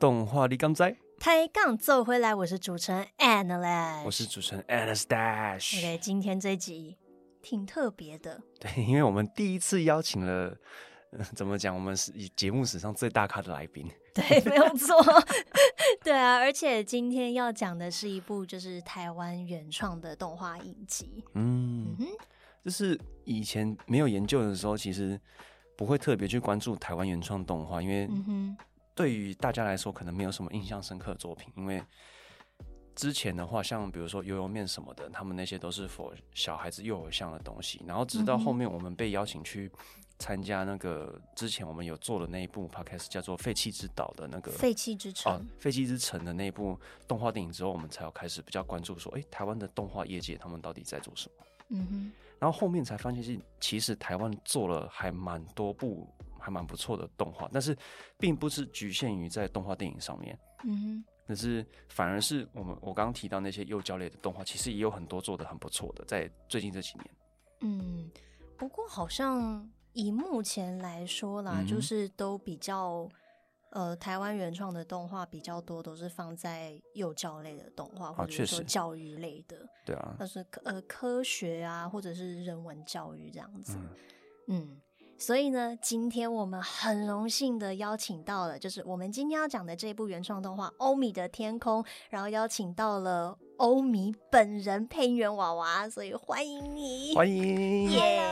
动画你敢知？ 抬杠走回来，我是主持人 Annalash， 我是主持人 Anastash。 OK， 今天这集挺特别的， 对，因为我们第一次邀请了，怎么讲？我们是以节目史上最大咖的来宾。 对，没有错。对啊，而且今天要讲的是一部就是台湾原创的动画影集。 就是以前没有研究的时候，其实不会特别去关注台湾原创动画，因为对于大家来说可能没有什么印象深刻的作品，因为之前的话，像比如说油油面什么的，他们那些都是 for 小孩子幼儿向的东西，然后直到后面我们被邀请去参加那个之前我们有做的那一部 podcast 叫做《废弃之岛》的那个废弃之城， 废弃之城的那一部动画电影之后，我们才有开始比较关注说，台湾的动画业界他们到底在做什么。然后后面才发现，其实台湾做了还蛮多部还蛮不错的动画，但是并不是局限于在动画电影上面。可是反而是我刚刚提到那些幼教类的动画，其实也有很多做得很不错的，在最近这几年。 不过好像以目前来说啦，就是都比较台湾原创的动画比较多，都是放在幼教类的动画，或者是说教育类的。 对啊， 就是科学啊，或者是人文教育这样子。所以呢，今天我们很荣幸的邀请到了，就是我们今天要讲的这部原创动画《欧米的天空》，然后邀请到了欧米本人配音员娃娃，所以欢迎你， 欢迎。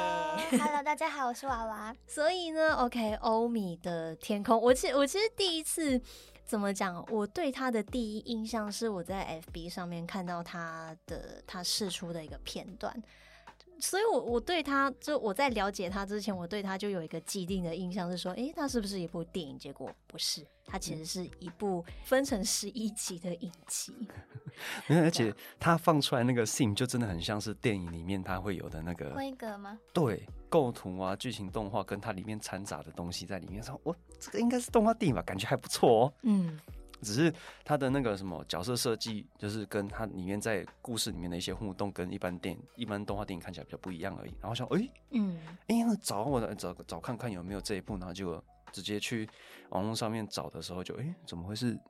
Hello， 大家好，我是娃娃。 所以呢 ，OK， 欧米的天空，我其实第一次怎么讲，我对他的第一印象是我在 FB 上面看到他释出的一个片段。所以我对他，就我在了解他之前，我对他就有一个既定的印象是说，他是不是一部电影？结果不是，他其实是一部分成11集的影集。 而且他放出来那个 scene 就真的很像是电影里面他会有的那个规格吗？ 对，构图啊、剧情动画跟它里面掺杂的东西在里面，说这个应该是动画电影吧，感觉还不错哦。只是他的那个什么角色设计，就是跟他里面在故事里面的一些互动，跟一般动画电影看起来比较不一样而已。然后想，找看看有没有这一部，然后就直接去网络上面找的时候就，怎么会是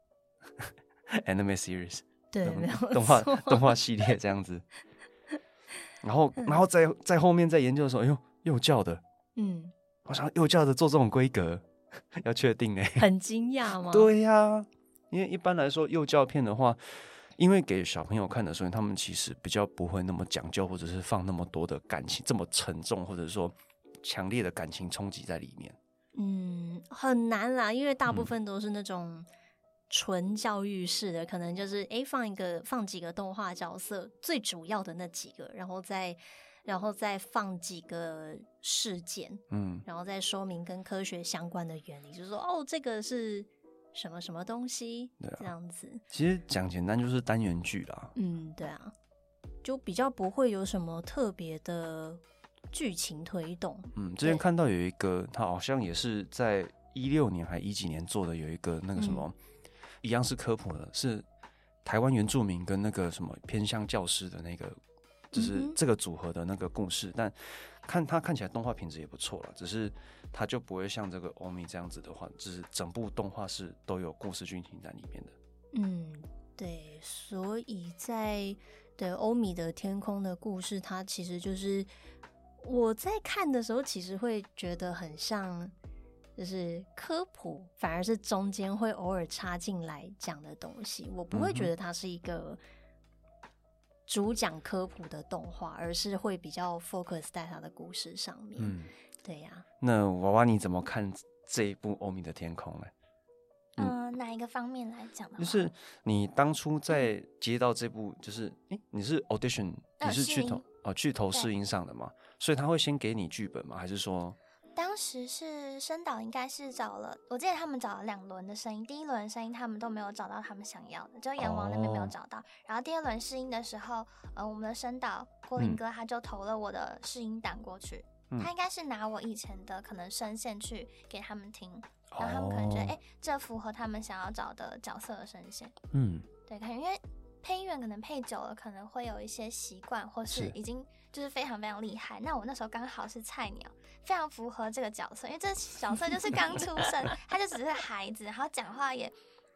anime series？ 对，没有动画系列这样子。然后在后面在研究的时候，幼教的，我想幼教的做这种规格。要确定很惊讶吗？ 对呀，因为一般来说幼教片的话，因为给小朋友看的，所以他们其实比较不会那么讲究，或者是放那么多的感情这么沉重，或者说强烈的感情冲击在里面。 很难啦，因为大部分都是那种纯教育式的，可能就是放几个动画角色，最主要的那几个，然后再放几个事件，然后再说明跟科学相关的原理，就是说这个是什么什么东西，这样子。 其实讲简单就是单元剧啦。 对啊，就比较不会有什么特别的剧情推动。 之前看到有一个，他好像也是在16年还10几年做的，有一个那个什么，一样是科普的，是台湾原住民跟那个什么偏乡教师的那个。就是这个组合的那个故事，但看起来动画品质也不错了，只是它就不会像这个欧米这样子的话，就是整部动画是都有故事剧情在里面的。 对，所以在欧米的天空的故事，它其实就是我在看的时候，其实会觉得很像，就是科普，反而是中间会偶尔插进来讲的东西，我不会觉得它是一个主讲科普的动画，而是会比较 focus 在他的故事上面。对呀。那娃娃你怎么看这一部《欧米的天空》呢？ 哪一个方面来讲的话？ 就是你当初在接到这部，就是你是 audition，你是去投试音上的嘛？所以他会先给你剧本吗？还是说？ 当时是声导应该是找了，我记得他们找了2轮的声音，第一轮声音他们都没有找到他们想要的，就阎王那边没有找到，然后第2轮试音的时候，我们的声导郭林哥他就投了我的试音档过去，他应该是拿我以前的可能声线去给他们听，然后他们可能觉得这符合他们想要找的角色的声线，对，因为配音员可能配久了，可能会有一些习惯，或是已经就是非常非常厉害。那我那时候刚好是菜鸟，非常符合这个角色，因为这角色就是刚出生，他就只是孩子，然后讲话也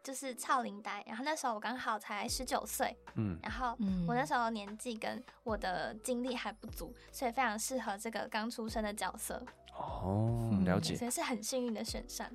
就是超龄呆，然后那时候我刚好才19岁，然后我那时候年纪跟我的经历还不足，所以非常适合这个刚出生的角色。 了解， 所以是很幸运的选上。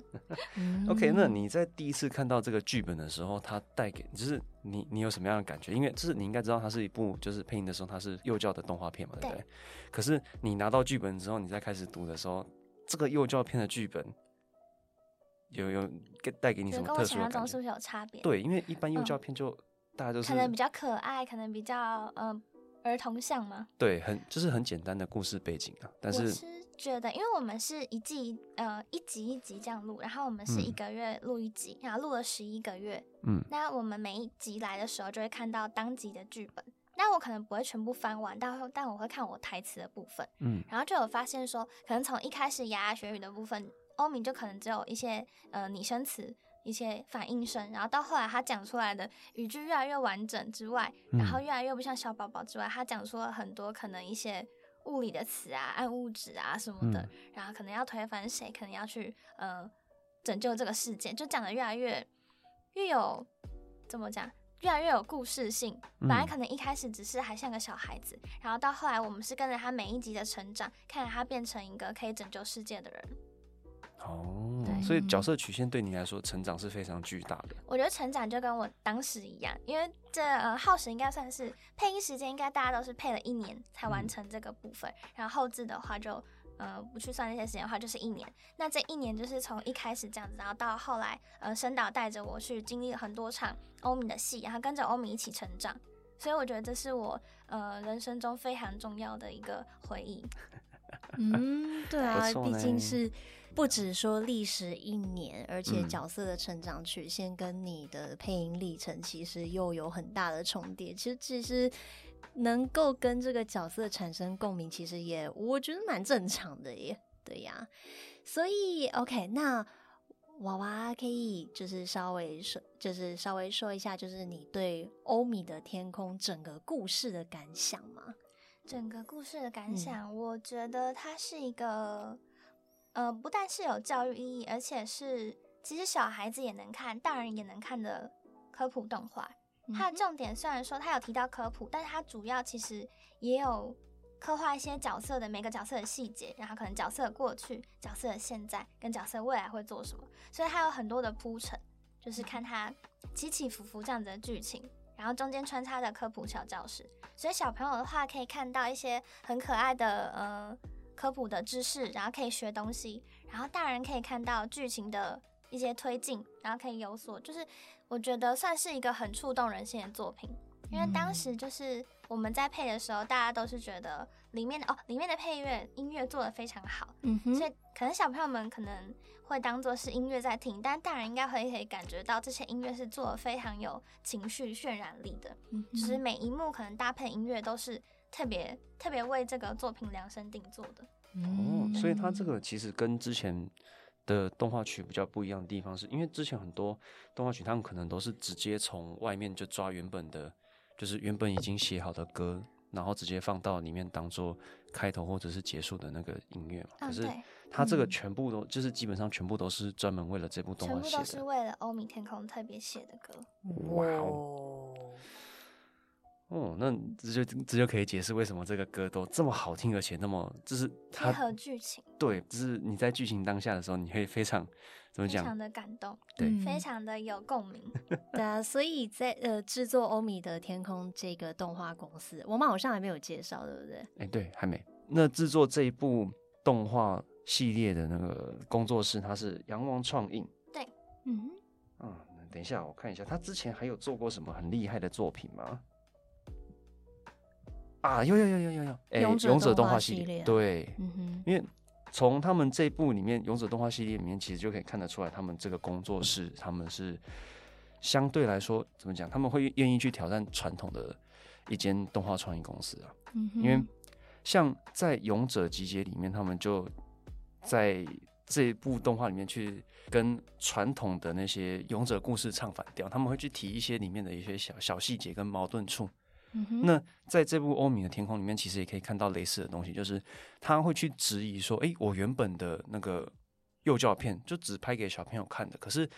OK， 那你在第一次看到这个剧本的时候，它带给就是你有什么样的感觉？因为就是你应该知道它是一部就是配音的时候它是幼教的动画片嘛，对不对？可是你拿到剧本之后，你再开始读的时候，这个幼教片的剧本有带给你什么特殊的感觉？跟我想象中是不是有差别？ 对，因为一般幼教片就大家都是可能比较可爱，可能比较儿童向吗？ 对，就是很简单的故事背景啊，但是。 觉得，因为我们是一集一集这样录，然后我们是1个月录一集，然后录了11个月。那我们每一集来的时候，就会看到当集的剧本。那我可能不会全部翻完，但我会看我台词的部分。然后就有发现说，可能从一开始牙牙学语的部分，欧米就可能只有一些拟声词、一些反应声，然后到后来他讲出来的语句越来越完整之外，然后越来越不像小宝宝之外，他讲出了很多可能一些物理的词啊、暗物质啊什么的，然后可能要推翻谁，可能要去拯救这个世界，就讲的越来越有怎么讲，越来越有故事性。本来可能一开始只是还像个小孩子，然后到后来我们是跟着他每一集的成长，看着他变成一个可以拯救世界的人。 所以角色曲线对你来说成长是非常巨大的。 我觉得成长就跟我当时一样，因为这浩时应该算是配音时间，应该大家都是配了1年才完成这个部分，然后后置的话就不去算那些时间的话就是1年。那这1年就是从一开始这样子，然后到后来声导带着我去经历了很多场欧米的戏，然后跟着欧米一起成长，所以我觉得这是我人生中非常重要的一个回忆。 对啊，毕竟是不只说历时1年，而且角色的成长曲线跟你的配音历程其实又有很大的重叠。其实能够跟这个角色产生共鸣，其实也我觉得蛮正常的耶。对呀，所以 OK， 那娃娃可以就是稍微说一下，就是你对欧米的天空整个故事的感想吗？ 整个故事的感想，我觉得它是一个不但是有教育意义，而且是其实小孩子也能看，大人也能看的科普动画。它的重点虽然说它有提到科普，但是它主要其实也有刻画一些角色的每个角色的细节，然后可能角色的过去、角色的现在跟角色未来会做什么，所以它有很多的铺陈，就是看它起起伏伏这样子的剧情，然后中间穿插的科普小教室，所以小朋友的话可以看到一些很可爱的科普的知识，然后可以学东西，然后大人可以看到剧情的一些推进，然后可以有所，就是我觉得算是一个很触动人心的作品。因为当时就是我们在配的时候，大家都是觉得里面的配乐音乐做得非常好，所以可能小朋友们可能会当作是音乐在听，但大人应该可以感觉到这些音乐是做得非常有情绪渲染力的，就是每一幕可能搭配音乐都是特别为这个作品量身定做的。 所以它这个其实跟之前的动画曲比较不一样的地方是，因为之前很多动画曲他们可能都是直接从外面就抓原本的，就是原本已经写好的歌，然后直接放到里面当做开头或者是结束的那个音乐嘛。可是它这个全部都就是基本上全部都是专门为了这部动画写的， 全部都是为了欧米天空特别写的歌。 哇哦！那这就可以解释为什么这个歌都这么好听，而且那么就是它贴合剧情。 对，就是你在剧情当下的时候，你会非常怎么讲？ 非常的感动， 对， 非常的有共鸣。 对啊，所以在制作欧米的天空这个动画公司，我们好像还没有介绍，对不对？ 对，还没。那制作这一部动画系列的那个工作室，它是阳王创映。 对， 等一下我看一下，他之前还有做过什么很厉害的作品吗？有勇者动画系列，对，因为从他们这部里面勇者动画系列里面，其实就可以看得出来，他们这个工作室他们是相对来说怎么讲，他们会愿意去挑战传统的一间动画创意公司啊。因为像在勇者集结里面，他们就在这部动画里面去跟传统的那些勇者故事唱反调，他们会去提一些里面的一些小细节跟矛盾处。那在这部欧米的天空里面，其实也可以看到类似的东西，就是他会去质疑说，我原本的那个幼教片就只拍给小朋友看的，可是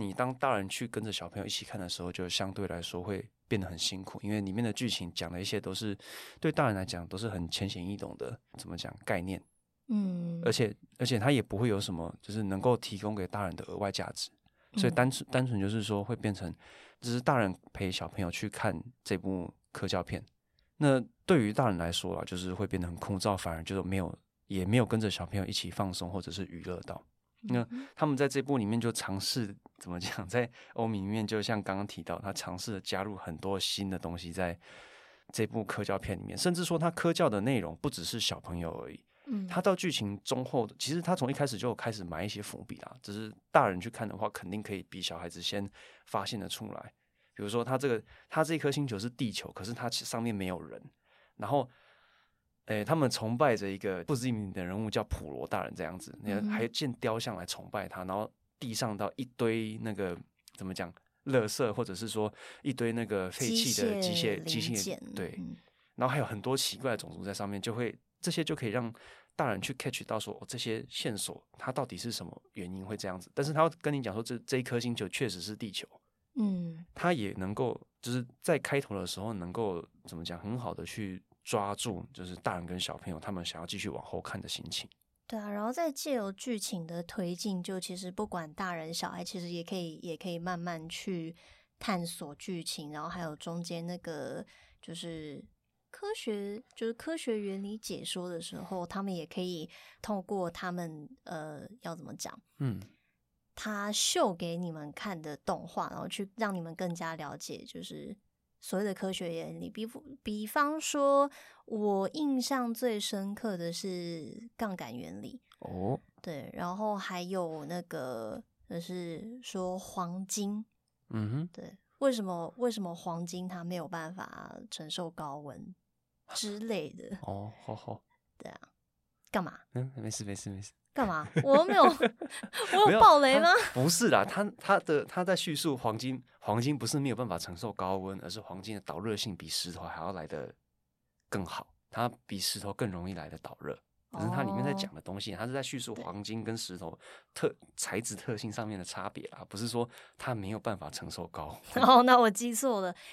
你当大人去跟着小朋友一起看的时候，就相对来说会变得很辛苦，因为里面的剧情讲的一些都是对大人来讲都是很浅显易懂的，怎么讲概念，而且它也不会有什么就是能够提供给大人的额外价值，所以单纯就是说会变成只是大人陪小朋友去看这部科教片，那对于大人来说啦，就是会变得很枯燥，反而就是也没有跟着小朋友一起放松或者是娱乐到。那他们在这部里面就尝试怎么讲，在欧米里面，就像刚刚提到，他尝试的加入很多新的东西在这部科教片里面，甚至说他科教的内容不只是小朋友而已。他到剧情中后，其实他从一开始就开始埋一些伏笔啦，只是大人去看的话，肯定可以比小孩子先发现的出来。比如说，他这一颗星球是地球，可是它上面没有人，然后。他们崇拜着一个不知名的人物叫普罗大人这样子，还建雕像来崇拜他，然后地上到一堆那个怎么讲垃圾，或者是说一堆那个废弃的机械对，然后还有很多奇怪的种族在上面，这些就可以让大人去 catch 到说，这些线索它到底是什么原因会这样子，但是他要跟你讲说这一颗星球确实是地球，他也能够就是在开头的时候能够怎么讲很好的去抓住就是大人跟小朋友他们想要继续往后看的心情。 对啊，然后再借由剧情的推进，就其实不管大人小孩，其实也可以慢慢去探索剧情，然后还有中间那个就是科学原理解说的时候，他们也可以透过他们要怎么讲，他秀给你们看的动画，然后去让你们更加了解就是所谓的科学原理。比方说我印象最深刻的是杠杆原理对，然后还有那个就是说黄金对，为什么黄金它没有办法承受高温之类的对啊，干嘛？ 没事干嘛？我又没有我有爆雷吗？ 不是啦，他在叙述黄金不是没有办法承受高温，而是黄金的导热性比石头还要来得更好，它比石头更容易来得导热。可是它里面在讲的东西，它是在叙述黄金跟石头材质特性上面的差别啦，不是说它没有办法承受高温。 那我记错了。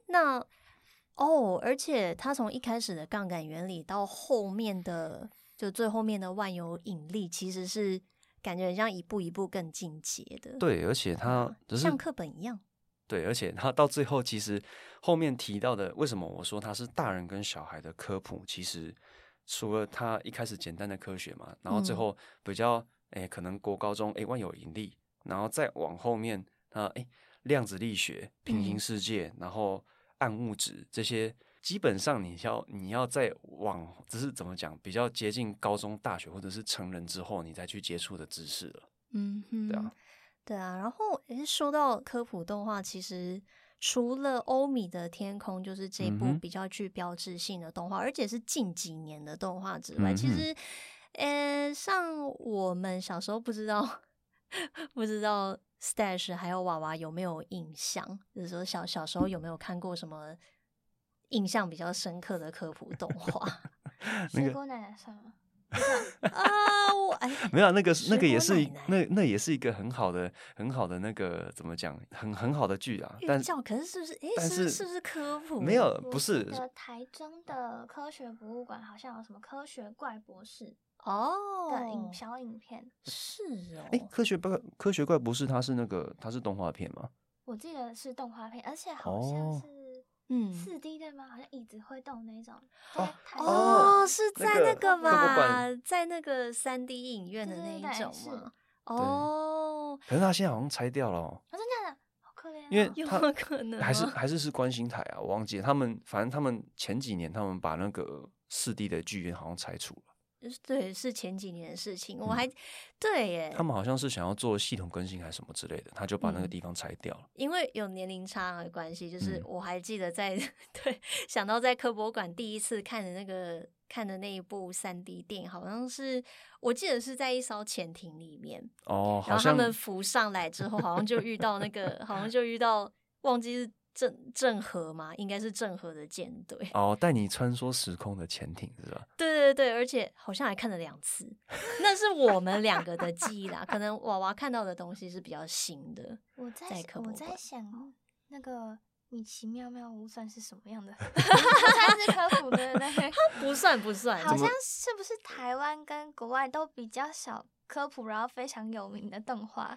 而且它从一开始的杠杆原理到后面的就最后面的万有引力，其实是感觉很像一步一步更进阶的。 对，而且它只是像课本一样。 对，而且它到最后，其实后面提到的，为什么我说它是大人跟小孩的科普？其实除了它一开始简单的科学嘛，然后最后比较可能国高中万有引力，然后再往后面量子力学、平行世界，然后暗物质这些。基本上你要再往只是怎么讲比较接近高中大学或者是成人之后你再去接触的知识了。 对啊，然后说到科普动画，其实除了欧米的天空就是这部比较具标志性的动画，而且是近几年的动画之外，其实像我们小时候不知道Stash 还有娃娃有没有印象，就是说小时候有没有看过什么印象比较深刻的科普动画？ 水果奶奶算吗？ 没有，那个也是那也是一个很好的那个怎么讲，很好的剧啊。但可是是不是是不是科普？ 没有，不是。 台中的科学博物馆好像有什么科学怪博士的小影片。 是科学怪博士它是动画片吗？ 我记得是动画片，而且好像是。4D 的吗？好像椅子会动那种。 是在那个吧，在那个3D 影院的那一种吗？ 可是他现在好像拆掉了。 真的假的？好可怜。 因为有可能还是观星台啊，我忘记了。反正他们前几年他们把那个4D 的剧院好像拆除了。 对，是前几年的事情。我还对耶， 他们好像是想要做系统更新还是什么之类的，他就把那个地方拆掉了。 因为有年龄差的关系，就是我还记得想到在科博馆第一次看的那一部3D 电影，好像是我记得是在一艘潜艇里面然后他们浮上来之后，好像就遇到忘记是郑和嘛，应该是郑和的舰队哦，带你穿梭时空的潜艇是吧？ 对对对，而且好像还看了2次，那是我们2个的记忆啦。可能娃娃看到的东西是比较新的。 我在想那个米奇妙妙屋算是什么样的？算是科普对不对？ 不算， 好像是不是台湾跟国外都比较少科普，然后非常有名的动画？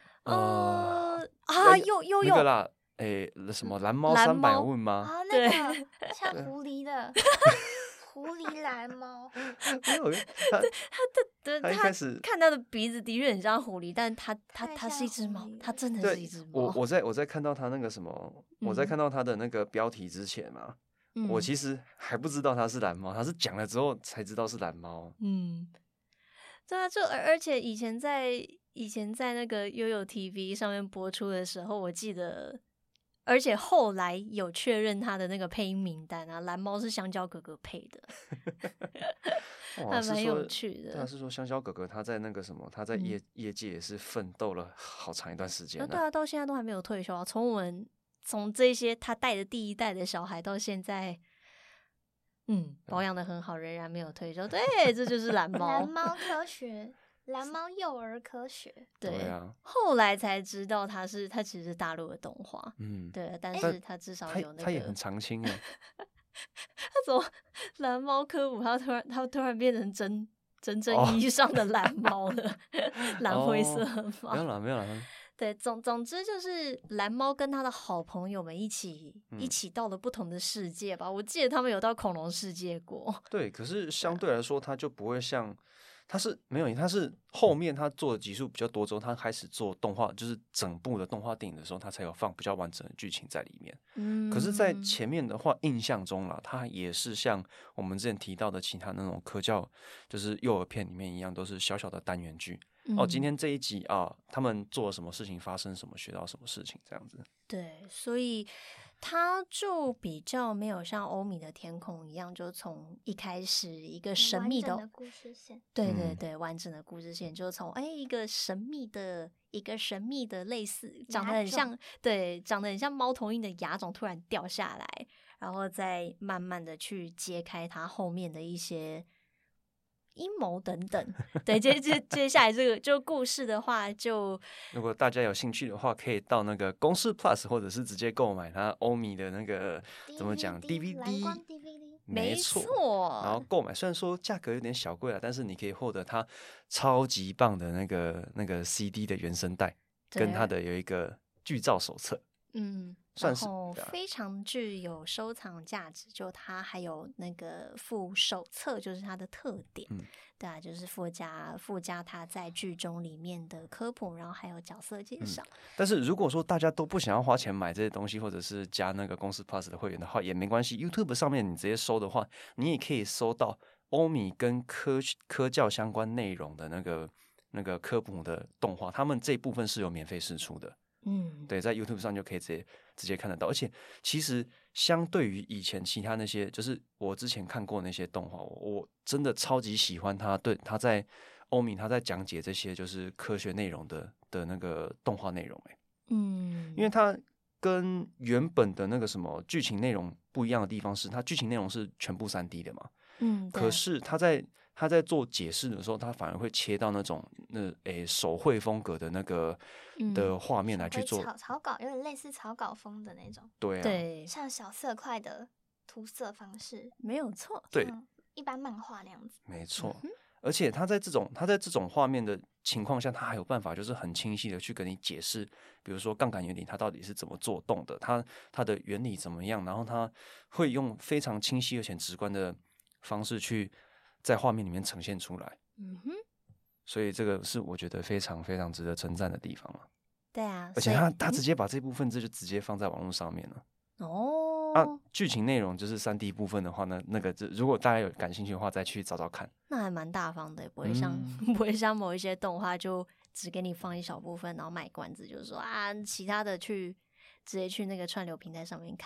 有那个啦。什么蓝猫300问吗？ 啊，那个像狐狸的狐狸蓝猫。 没有，他一开始看他的鼻子的确很像狐狸，但他是一只猫，他真的是一只猫。 我在看到他那个什么，我在看到他的那个标题之前嘛，我其实还不知道他是蓝猫，他是讲了之后才知道是蓝猫。 对啊，而且以前在那个悠悠 TV 上面播出的时候，我记得。而且后来有确认他的那个配音名单啊，蓝猫是香蕉哥哥配的，还蛮有趣的。 对啊，是说香蕉哥哥他在那个什么，他在业界也是奋斗了好长一段时间。 对啊，到现在都还没有退休啊。从这些他带的第1代的小孩到现在，保养的很好，仍然没有退休。对，这就是蓝猫。 蓝猫科学。蓝猫幼儿科学， 对啊， 后来才知道它其实是大陆的动画，对，但是它至少有那个， 它也很常青哎。 它怎么蓝猫科普，它突然变成真正意义上的蓝猫了，蓝灰色猫。 没有了。 对，总之就是蓝猫跟他的好朋友们一起到了不同的世界吧。我记得他们有到恐龙世界过。 对，可是相对来说，它就不会像。他是后面他做的集数比较多之后，他开始做动画，就是整部的动画电影的时候，他才有放比较完整的剧情在里面。可是，在前面的话，印象中啦，他也是像我们之前提到的其他那种科教，就是幼儿片里面一样，都是小小的单元剧。今天这一集啊，他们做了什么事情，发生什么，学到什么事情，这样子。 对，所以它就比较没有像欧米的天空一样，就从一开始一个神秘的故事线， 对对对，完整的故事线就从一个神秘的类似长得很像猫头鹰的亚种突然掉下来，然后再慢慢的去揭开它后面的一些阴谋等等。对，接下来这个就故事的话，就如果大家有兴趣的话，可以到那个公视 Plus 或者是直接购买它欧米的那个怎么讲 DVD， 没错。然后购买虽然说价格有点小贵了，但是你可以获得它超级棒的那个 CD 的原声带，跟它的有一个剧照手册。 然后非常具有收藏价值，就它还有那个附手册，就是它的特点。对啊，就是附加它在剧中里面的科普，然后还有角色介绍。 但是如果说大家都不想要花钱买这些东西，或者是加那个公司 Plus 的会员的话，也没关系。YouTube 上面你直接搜的话，你也可以搜到欧米跟科教相关内容的那个科普的动画，他们这一部分是有免费释出的。对，在 YouTube 上就可以直接看得到。而且其实相对于以前其他那些，就是我之前看过那些动画，我真的超级喜欢他。对，他在欧米他在讲解这些就是科学内容的那个动画内容。因为他跟原本的那个什么剧情内容不一样的地方是，他剧情内容是全部3D 的嘛。可是他在做解释的时候，他反而会切到那种手绘风格的那个的画面来去做草稿，有点类似草稿风的那种。 对啊， 对， 像小色块的涂色方式， 没有错。 对， 一般漫画那样子。 没错。而且他在这种画面的情况下，他还有办法就是很清晰的去跟你解释，比如说杠杆原理它到底是怎么做动的，它的原理怎么样，然后他会用非常清晰而且直观的方式去在画面里面呈现出来。所以这个是我觉得非常非常值得称赞的地方了。 对啊， 而且他直接把这部分就直接放在网络上面了。剧情内容就是 3D 部分的话呢，那个如果大家有感兴趣的话，再去找找看。 那还蛮大方的，不会像某一些动画就只给你放一小部分，然后卖关子，就是说其他的直接去那个串流平台上面看。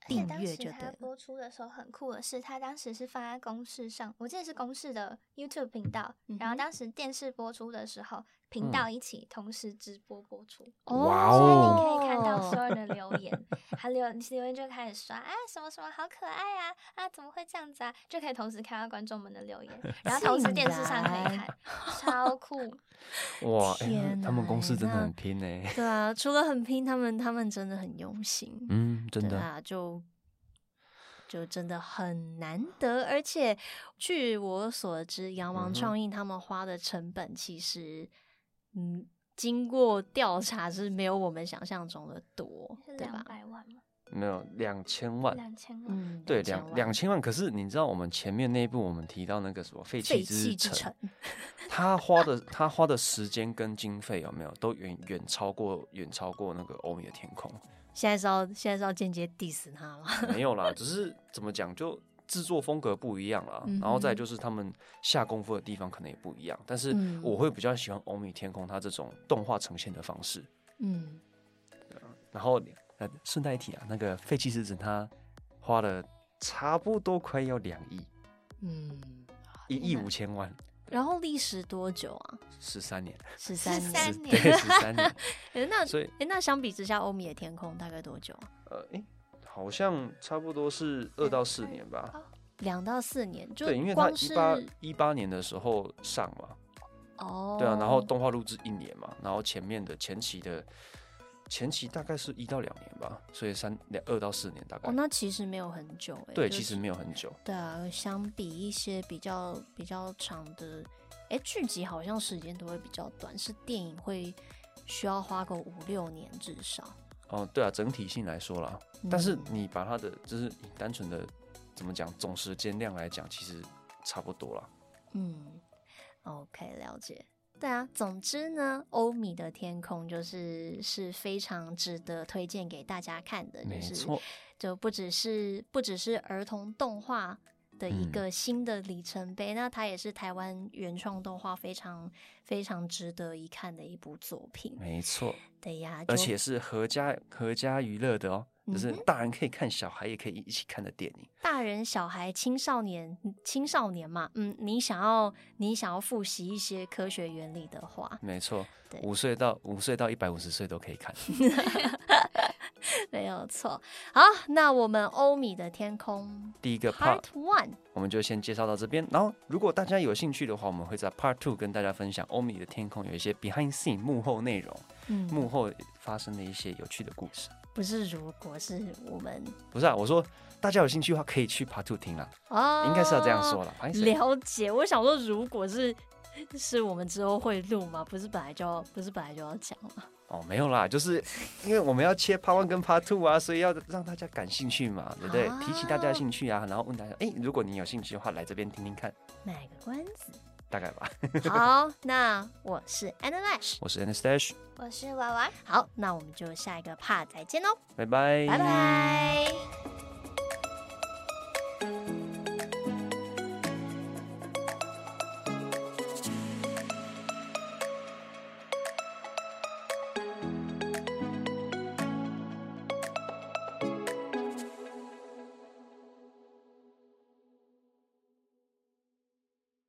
订阅就对了。 它播出的时候很酷的是，它当时是放在公视上，我记得是公视的 YouTube 频道，然后当时电视播出的时候，频道一起同时直播播出。 哇所以你哦！ 可以看到所有人的留言，他留言就开始刷什么什么好可爱啊怎么会这样子啊，就可以同时看到观众们的留言，然后同时电视上可以看，超酷。 哇， 天哪， 他们公司真的很拼呢。 对啊，除了很拼，他们真的很用心。 真的对啊，就真的很难得，而且据我所知，阳王创意他们花的成本其实，经过调查是没有我们想象中的多，对吧 ？200万吗？ 没有2000万 ，2000万， 对，2000万。可是你知道，我们前面那一部我们提到那个什么废弃之城，他花的时间跟经费有没有都远超过那个欧米的天空？ 现在是要间接 diss 他吗？ 没有啦，只是怎么讲，就制作风格不一样啦，然后再就是他们下功夫的地方可能也不一样。但是我会比较喜欢欧米天空它这种动画呈现的方式。然后顺带一提啊，那个废弃之城他花了差不多快要2亿，1亿5千万。 然后历时多久啊 ？13年。 13 年， 对，13年。 那相比之下，欧米的天空大概多久啊？ 好像差不多是2到4年吧。 2到4年，就对，因为他18年的时候上嘛。对啊，然后动画录制1年嘛，然后前期大概是1到2年吧，所以2到4年大概。 那其实没有很久对，其实没有很久。 对啊，相比一些比较长的，剧集好像时间都会比较短，是电影会需要花个5-6年至少。 对啊，整体性来说啦，但是你把它的就是以单纯的怎么讲总时间量来讲，其实差不多啦。 OK， 了解。对啊，总之呢，欧米的天空是非常值得推荐给大家看的， 没错， 就不只是儿童动画的一个新的里程碑，那它也是台湾原创动画非常非常值得一看的一部作品。 没错， 对呀， 而且是合家娱乐的哦。就是大人可以看，小孩也可以一起看的电影。 大人、小孩、青少年嘛，你想要复习一些科学原理的话， 没错，5岁到150岁都可以看， 没有错。好，那我们欧米的天空第一个 Part 1， 我们就先介绍到这边。然后，如果大家有兴趣的话，我们会在 Part 2跟大家分享欧米的天空有一些 behind scene 幕后内容，幕后发生的一些有趣的故事。 不是，如果是我们不是啊，我说大家有兴趣的话，可以去 Part 2听啦。应该是要这样说啦。 了解，我想说，如果是我们之后会录吗？不是本来就要讲吗？ 没有啦，就是因为我们要切 Part 1跟 Part 2啊，所以要让大家感兴趣嘛，对不对？提起大家的兴趣啊，然后问大家，如果你有兴趣的话，来这边听听看。 卖个关子。 大概吧。 好，那我是 Analash， 我是 Anastash， 我是娃娃。 好，那我们就下一个 part 再见喽， 拜拜， 拜拜。